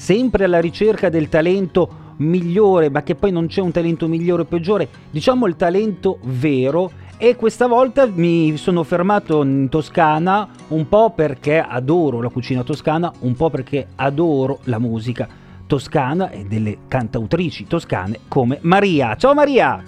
sempre alla ricerca del talento migliore, ma che poi non c'è un talento migliore o peggiore, diciamo il talento vero. E questa volta mi sono fermato in Toscana, un po' perché adoro la cucina toscana, un po' perché adoro la musica toscana e delle cantautrici toscane come Maria. Ciao Maria!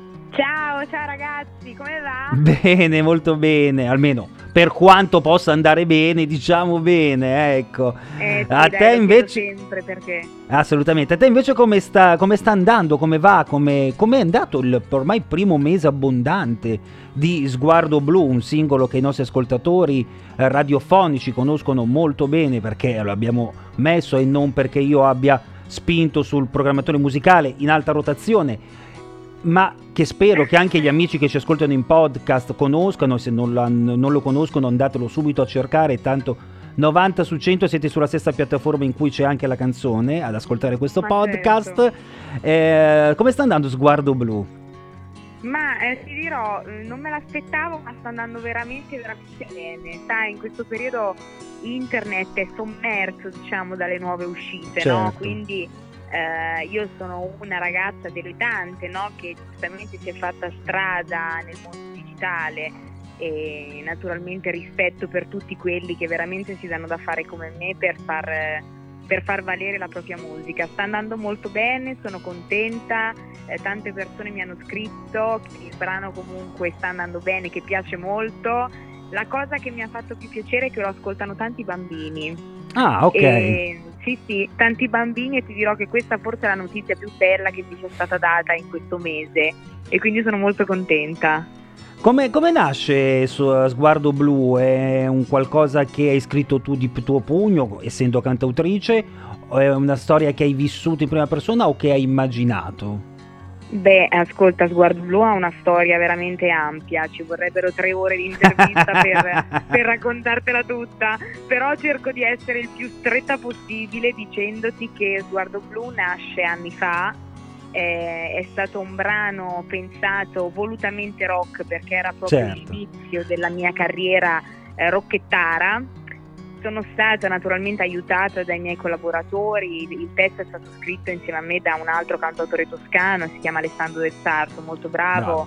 Ciao ragazzi, come va? Bene, molto bene, almeno per quanto possa andare bene, diciamo bene, ecco. Sì, A dai, te lo invece... chiedo sempre perché. Assolutamente. A te invece come sta andando, come va, come è andato il ormai primo mese abbondante di Sguardo Blu, un singolo che i nostri ascoltatori radiofonici conoscono molto bene perché lo abbiamo messo e non perché io abbia spinto sul programmatore musicale in alta rotazione, ma che spero che anche gli amici che ci ascoltano in podcast conoscano. Se non lo conoscono, andatelo subito a cercare, tanto 90 su 100 siete sulla stessa piattaforma in cui c'è anche la canzone ad ascoltare questo podcast. Certo. Come sta andando Sguardo Blu? Ma ti dirò, non me l'aspettavo, ma sta andando veramente bene. Sai, in questo periodo internet è sommerso, diciamo, dalle nuove uscite, certo. No? Quindi io sono una ragazza dilettante, no? Che giustamente si è fatta strada nel mondo digitale, e naturalmente rispetto per tutti quelli che veramente si danno da fare come me per far valere la propria musica. Sta andando molto bene, sono contenta, tante persone mi hanno scritto che il brano comunque sta andando bene, che piace molto. La cosa che mi ha fatto più piacere è che lo ascoltano tanti bambini. Ah, ok. Sì, tanti bambini, e ti dirò che questa forse è la notizia più bella che mi sia stata data in questo mese, e quindi sono molto contenta. Come nasce Sguardo Blu? È un qualcosa che hai scritto tu di tuo pugno, essendo cantautrice, o è una storia che hai vissuto in prima persona o che hai immaginato? Beh, ascolta, Sguardo Blu ha una storia veramente ampia, ci vorrebbero 3 ore di intervista per raccontartela tutta, però cerco di essere il più stretta possibile dicendoti che Sguardo Blu nasce anni fa. È stato un brano pensato volutamente rock perché era proprio certo. l'inizio della mia carriera rockettara. Sono stata naturalmente aiutata dai miei collaboratori, il testo è stato scritto insieme a me da un altro cantautore toscano, si chiama Alessandro Del Sarto, molto bravo.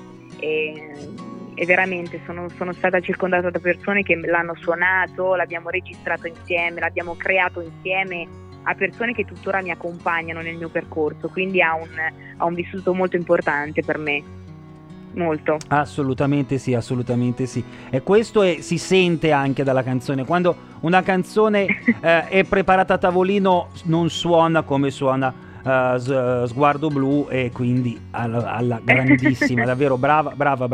E veramente sono stata circondata da persone che l'hanno suonato, l'abbiamo registrato insieme, l'abbiamo creato insieme a persone che tuttora mi accompagnano nel mio percorso, quindi ha un vissuto molto importante per me. Molto. Assolutamente sì. E questo si sente anche dalla canzone. Quando una canzone è preparata a tavolino non suona come suona Sguardo Blu, e quindi alla grandissima, davvero brava.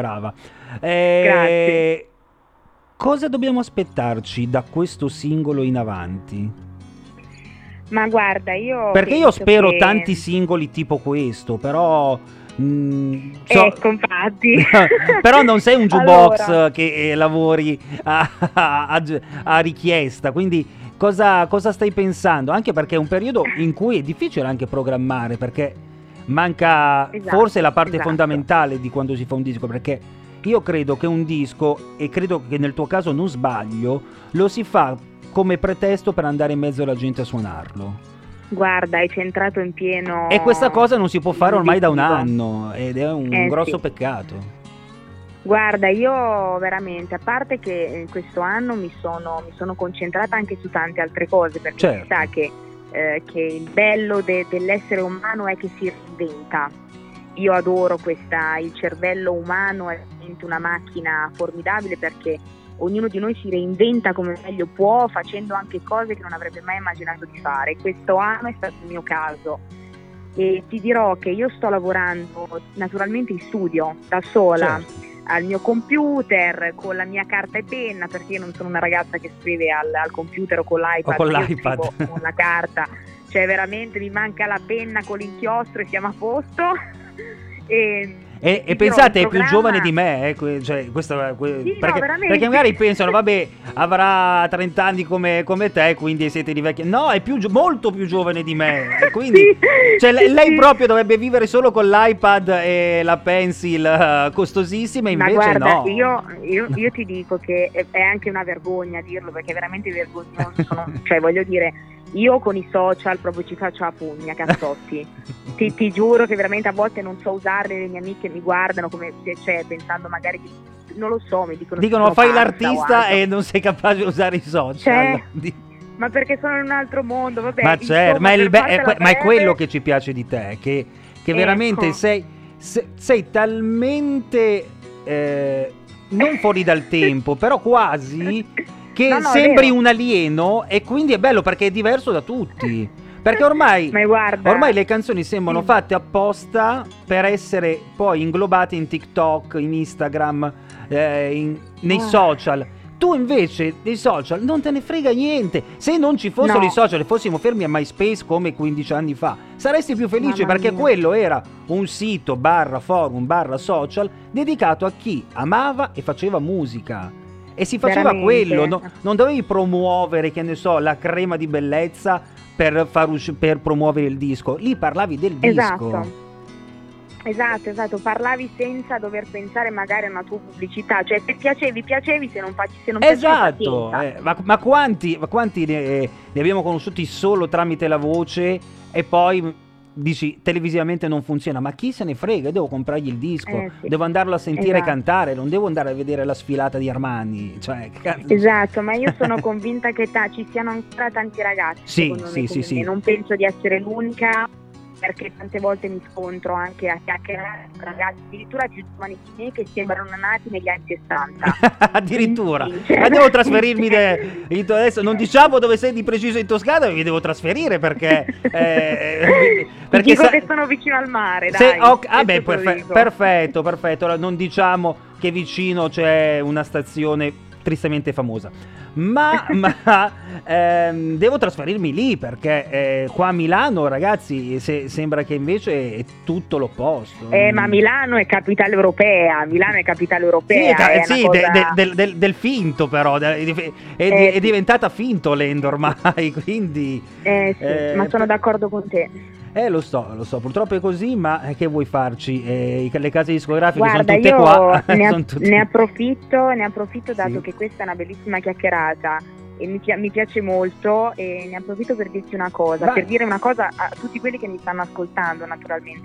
Grazie. Cosa dobbiamo aspettarci da questo singolo in avanti? Ma guarda, perché io spero tanti singoli tipo questo, però ecco, infatti. però non sei un jukebox allora, che lavori a richiesta, quindi cosa stai pensando? Anche perché è un periodo in cui è difficile anche programmare, perché manca forse la parte fondamentale di quando si fa un disco, perché io credo che un disco, e credo che nel tuo caso non sbaglio, lo si fa come pretesto per andare in mezzo alla gente a suonarlo. Guarda, hai centrato in pieno. E questa cosa non si può fare ormai da un anno, ed è un grosso peccato. Guarda, io veramente, a parte che questo anno mi sono concentrata anche su tante altre cose, perché certo. Si sa che il bello dell'essere umano è che si reinventa. Io adoro il cervello umano è una macchina formidabile, perché ognuno di noi si reinventa come meglio può, facendo anche cose che non avrebbe mai immaginato di fare. Questo anno è stato il mio caso, e ti dirò che io sto lavorando naturalmente in studio da sola, certo. Al mio computer, con la mia carta e penna, perché io non sono una ragazza che scrive al computer o con l'iPad, io scrivo con la carta, cioè veramente mi manca la penna con l'inchiostro e siamo a posto. E pensate, è più giovane di me, cioè, perché magari pensano, vabbè, avrà 30 anni come te, quindi siete di vecchi. No, è molto più giovane di me, quindi cioè, lei proprio dovrebbe vivere solo con l'iPad e la pencil costosissima, invece ma guarda, no. Io ti dico che è anche una vergogna dirlo, perché è veramente vergognoso. Cioè, voglio dire, Io con i social proprio ci faccio la pugna, cazzotti. ti giuro che veramente a volte non so usarli, le mie amiche mi guardano come se, cioè, pensando magari che, non lo so, mi dicono fai pazza l'artista e non sei capace di usare i social. Cioè, ma perché sono in un altro mondo, vabbè. Ma certo, insomma, ma è quello che ci piace di te, che veramente ecco. sei talmente non fuori dal tempo, però quasi, che No, sembri un alieno, e quindi è bello perché è diverso da tutti. Perché ormai le canzoni sembrano fatte apposta per essere poi inglobate in TikTok, in Instagram, nei social. Tu invece dei social non te ne frega niente. Se non ci fossero i social e fossimo fermi a MySpace come 15 anni fa, saresti più felice, perché quello era un sito /forum /social dedicato a chi amava e faceva musica. E si faceva quello, non dovevi promuovere, che ne so, la crema di bellezza per promuovere il disco. Lì parlavi del disco. Esatto, parlavi senza dover pensare magari a una tua pubblicità, cioè se piacevi, se non piacevi, esatto, ma quanti ne abbiamo conosciuti solo tramite la voce, e poi dici televisivamente non funziona, ma chi se ne frega, devo comprargli il disco, devo andarlo a sentire cantare, non devo andare a vedere la sfilata di Armani, cioè, esatto, ma io sono convinta che ci siano ancora tanti ragazzi, sì. Non penso di essere l'unica, perché tante volte mi scontro anche a chiacchierare con ragazzi addirittura più giovani di me che sembrano nati negli anni 60. Addirittura, ma devo trasferirmi adesso non diciamo dove sei di preciso in Toscana, mi devo trasferire perché dico che sono vicino al mare, dai. Perfetto, allora non diciamo che vicino c'è una stazione tristemente famosa, ma devo trasferirmi lì, perché qua a Milano, ragazzi, sembra che invece è tutto l'opposto. Ma Milano è capitale europea, sì, del finto, però è diventata finto Land ormai, quindi ma sono d'accordo con te. Lo so, purtroppo è così, ma che vuoi farci? Le case discografiche sono tutte io qua. Ne approfitto dato che questa è una bellissima chiacchierata e mi piace molto, e ne approfitto per dirti una cosa, per dire una cosa a tutti quelli che mi stanno ascoltando, naturalmente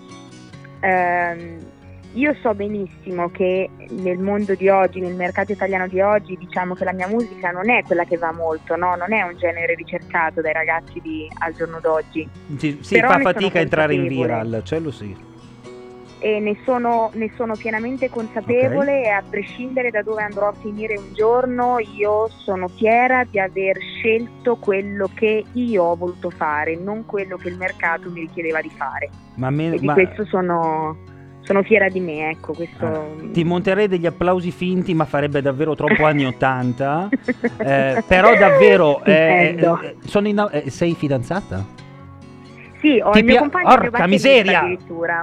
anche. Io so benissimo che nel mondo di oggi, nel mercato italiano di oggi, diciamo che la mia musica non è quella che va molto, no? Non è un genere ricercato dai ragazzi al giorno d'oggi. Sì, fa fatica a entrare in viral, quello sì. E ne sono pienamente consapevole, e a prescindere da dove andrò a finire un giorno, io sono fiera di aver scelto quello che io ho voluto fare, non quello che il mercato mi richiedeva di fare. Questo sono fiera di me, ecco, questo. Ti monterei degli applausi finti, ma farebbe davvero troppo anni 80. Però davvero sei fidanzata? Sì, ho il mio compagno. Porca miseria! Addirittura.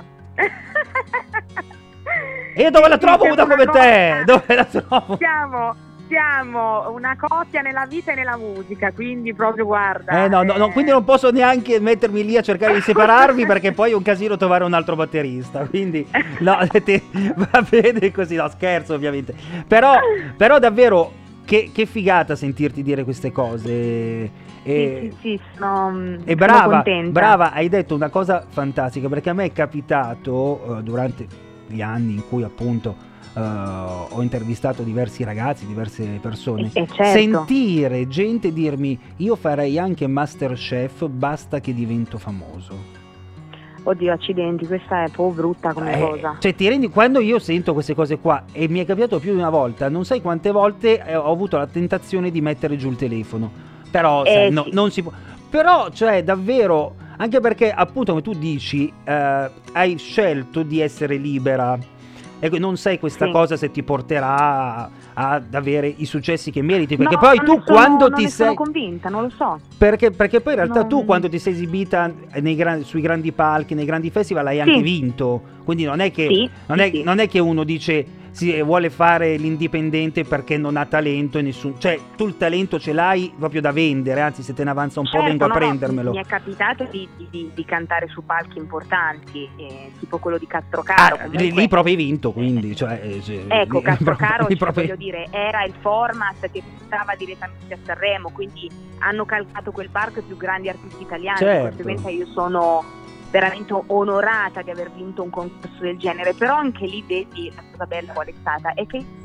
E dove la trovo una come te? Dove la trovo? Siamo una coppia nella vita e nella musica, quindi proprio guarda. No, quindi non posso neanche mettermi lì a cercare di separarvi, perché poi è un casino trovare un altro batterista. Quindi no, va bene così, no, scherzo ovviamente. Però davvero che figata sentirti dire queste cose. Sì, sono brava, hai detto una cosa fantastica, perché a me è capitato durante gli anni in cui appunto ho intervistato diversi ragazzi, diverse persone, certo. Sentire gente dirmi io farei anche Masterchef, basta che divento famoso. Oddio, accidenti, questa è proprio brutta come cosa. Cioè, ti rendi, quando io sento queste cose qua, e mi è capitato più di una volta, non sai quante volte ho avuto la tentazione di mettere giù il telefono, però non si può. Però, cioè, davvero, anche perché appunto come tu dici, hai scelto di essere libera. E non sai questa cosa se ti porterà ad avere i successi che meriti, perché poi tu quando ti sei... sono convinta, non lo so. Perché poi in realtà tu quando ti sei esibita sui grandi palchi, nei grandi festival, hai anche vinto. Quindi non è che non è che uno dice vuole fare l'indipendente perché non ha talento e nessun... Cioè, tu il talento ce l'hai proprio da vendere, anzi se te ne avanza un po' vengo a prendermelo. Mi è capitato di cantare su palchi importanti, tipo quello di Castrocaro. Comunque... lì proprio hai vinto, quindi. Ecco, Castrocaro, voglio dire, era il format che portava direttamente a Sanremo, quindi hanno calcato quel palco i più grandi artisti italiani, conseguenza io sono veramente onorata di aver vinto un concorso del genere, però anche lì vedi la cosa bella qual è stata, è che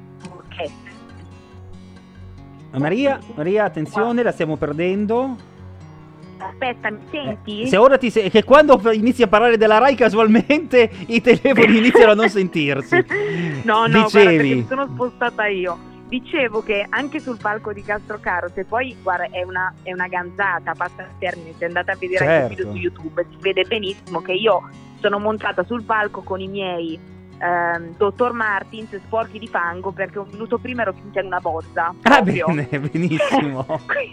Maria, attenzione, la stiamo perdendo. Aspetta, mi senti? Se ora che quando inizi a parlare della Rai casualmente i telefoni iniziano a non sentirsi. No, guarda, perché mi sono spostata io. Dicevo che anche sul palco di Castrocaro, se poi guarda, è una ganzata, passa il termine, se andate a vedere anche il video su YouTube, si vede benissimo che io sono montata sul palco con i miei Dr. Martins sporchi di fango, perché un minuto prima ero finita in una bozza. Bene, benissimo.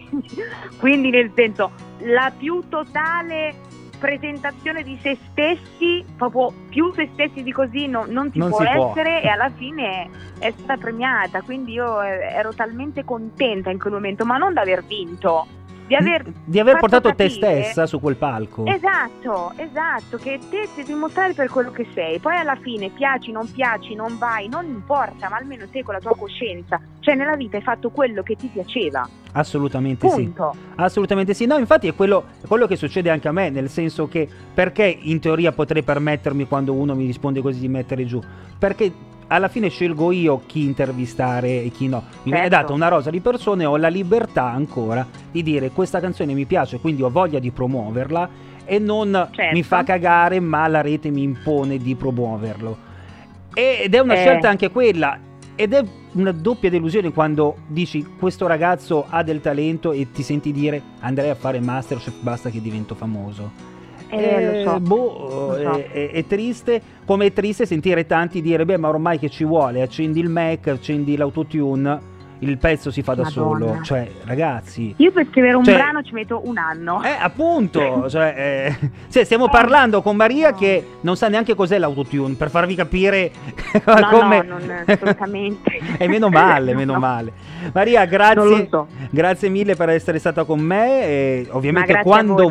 quindi nel senso, la più totale presentazione di se stessi, proprio più se stessi di così non si può essere, e alla fine è stata premiata, quindi io ero talmente contenta in quel momento, ma non di aver vinto, di aver portato capire, te stessa su quel palco. Esatto, che te devi mostrare per quello che sei, poi alla fine piaci, non vai, non importa, ma almeno sei con la tua coscienza, cioè nella vita hai fatto quello che ti piaceva. Assolutamente Punto. sì. Assolutamente sì. No, infatti è quello che succede anche a me, nel senso che perché in teoria potrei permettermi, quando uno mi risponde così, di mettere giù? Perché alla fine scelgo io chi intervistare e chi no. Mi viene data una rosa di persone, ho la libertà ancora di dire questa canzone mi piace, quindi ho voglia di promuoverla, e non mi fa cagare, ma la rete mi impone di promuoverlo. Ed è una scelta anche quella. Ed è una doppia delusione quando dici questo ragazzo ha del talento e ti senti dire andrei a fare Masterchef, basta che divento famoso. Lo so. È triste, come è triste sentire tanti dire beh, ma ormai che ci vuole, accendi il Mac, accendi l'autotune, il pezzo si fa da solo. Cioè, ragazzi, io per scrivere un brano ci metto un anno. Appunto, stiamo parlando con Maria che non sa neanche cos'è l'autotune, per farvi capire come. No, non assolutamente. E meno male. Maria, grazie mille per essere stata con me, e ovviamente quando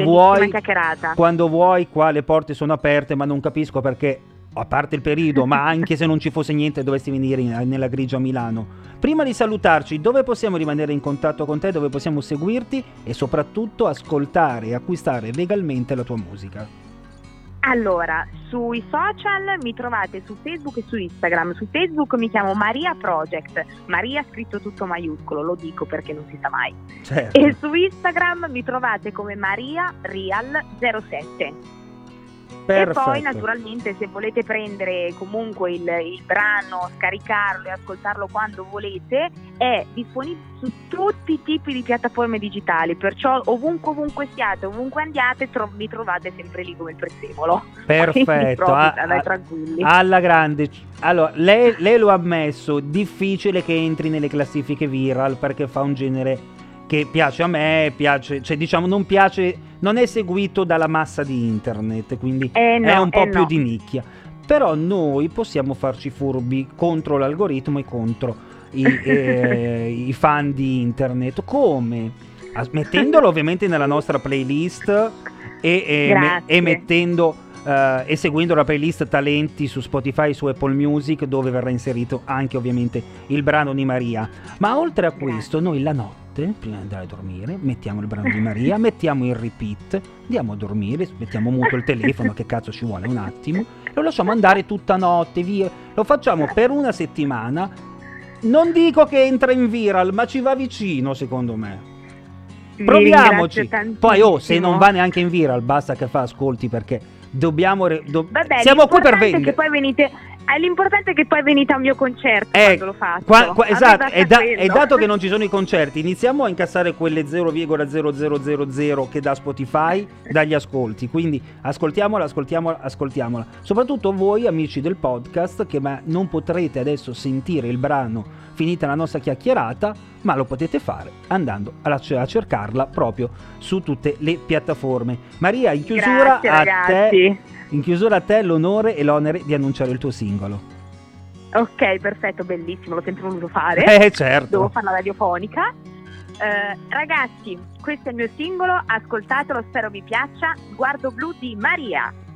vuoi qua le porte sono aperte, ma non capisco perché, a parte il periodo, ma anche se non ci fosse niente dovresti venire nella grigia Milano. Prima di salutarci, dove possiamo rimanere in contatto con te, dove possiamo seguirti e soprattutto ascoltare e acquistare legalmente la tua musica? Allora, sui social mi trovate su Facebook e su Instagram. Su Facebook mi chiamo Maria Project, Maria scritto tutto maiuscolo, lo dico perché non si sa mai. Certo. E su Instagram mi trovate come Maria Real 07. Perfetto. E poi naturalmente, se volete prendere comunque il brano, scaricarlo e ascoltarlo quando volete, è disponibile su tutti i tipi di piattaforme digitali, perciò ovunque siate, ovunque andiate, mi trovate sempre lì come il prezzemolo. Perfetto. Dai, tranquilli. Alla grande. Allora, lei lo ha ammesso, difficile che entri nelle classifiche viral perché fa un genere che piace a me, non è seguito dalla massa di internet, quindi è un po' più di nicchia. Però noi possiamo farci furbi contro l'algoritmo e contro i fan di internet. Come? Mettendolo ovviamente nella nostra playlist e mettendo e seguendo la playlist Talenti su Spotify, su Apple Music, dove verrà inserito anche ovviamente il brano di Maria. Ma oltre a questo, noi la notte, prima di andare a dormire, mettiamo il brano di Maria, mettiamo il repeat, andiamo a dormire, mettiamo muto il telefono, che cazzo ci vuole un attimo, lo lasciamo andare tutta notte, via. Lo facciamo per una settimana. Non dico che entra in viral, ma ci va vicino, secondo me. Proviamoci. Poi se non va neanche in viral, basta che fa ascolti, perché siamo qui per vendere. Che poi venite. L'importante è che poi venite a un mio concerto quando lo faccio. Esatto, e dato che non ci sono i concerti, iniziamo a incassare quelle 0,0000 che dà Spotify dagli ascolti. Quindi ascoltiamola. Soprattutto voi, amici del podcast, che non potrete adesso sentire il brano finita la nostra chiacchierata, ma lo potete fare andando a cercarla proprio su tutte le piattaforme. Maria, in chiusura a te l'onore e l'onere di annunciare il tuo singolo. Ok, perfetto, bellissimo, l'ho sempre voluto fare. Certo. Devo fare la radiofonica. Ragazzi, questo è il mio singolo, ascoltatelo, spero vi piaccia. Sguardo blu di Maria.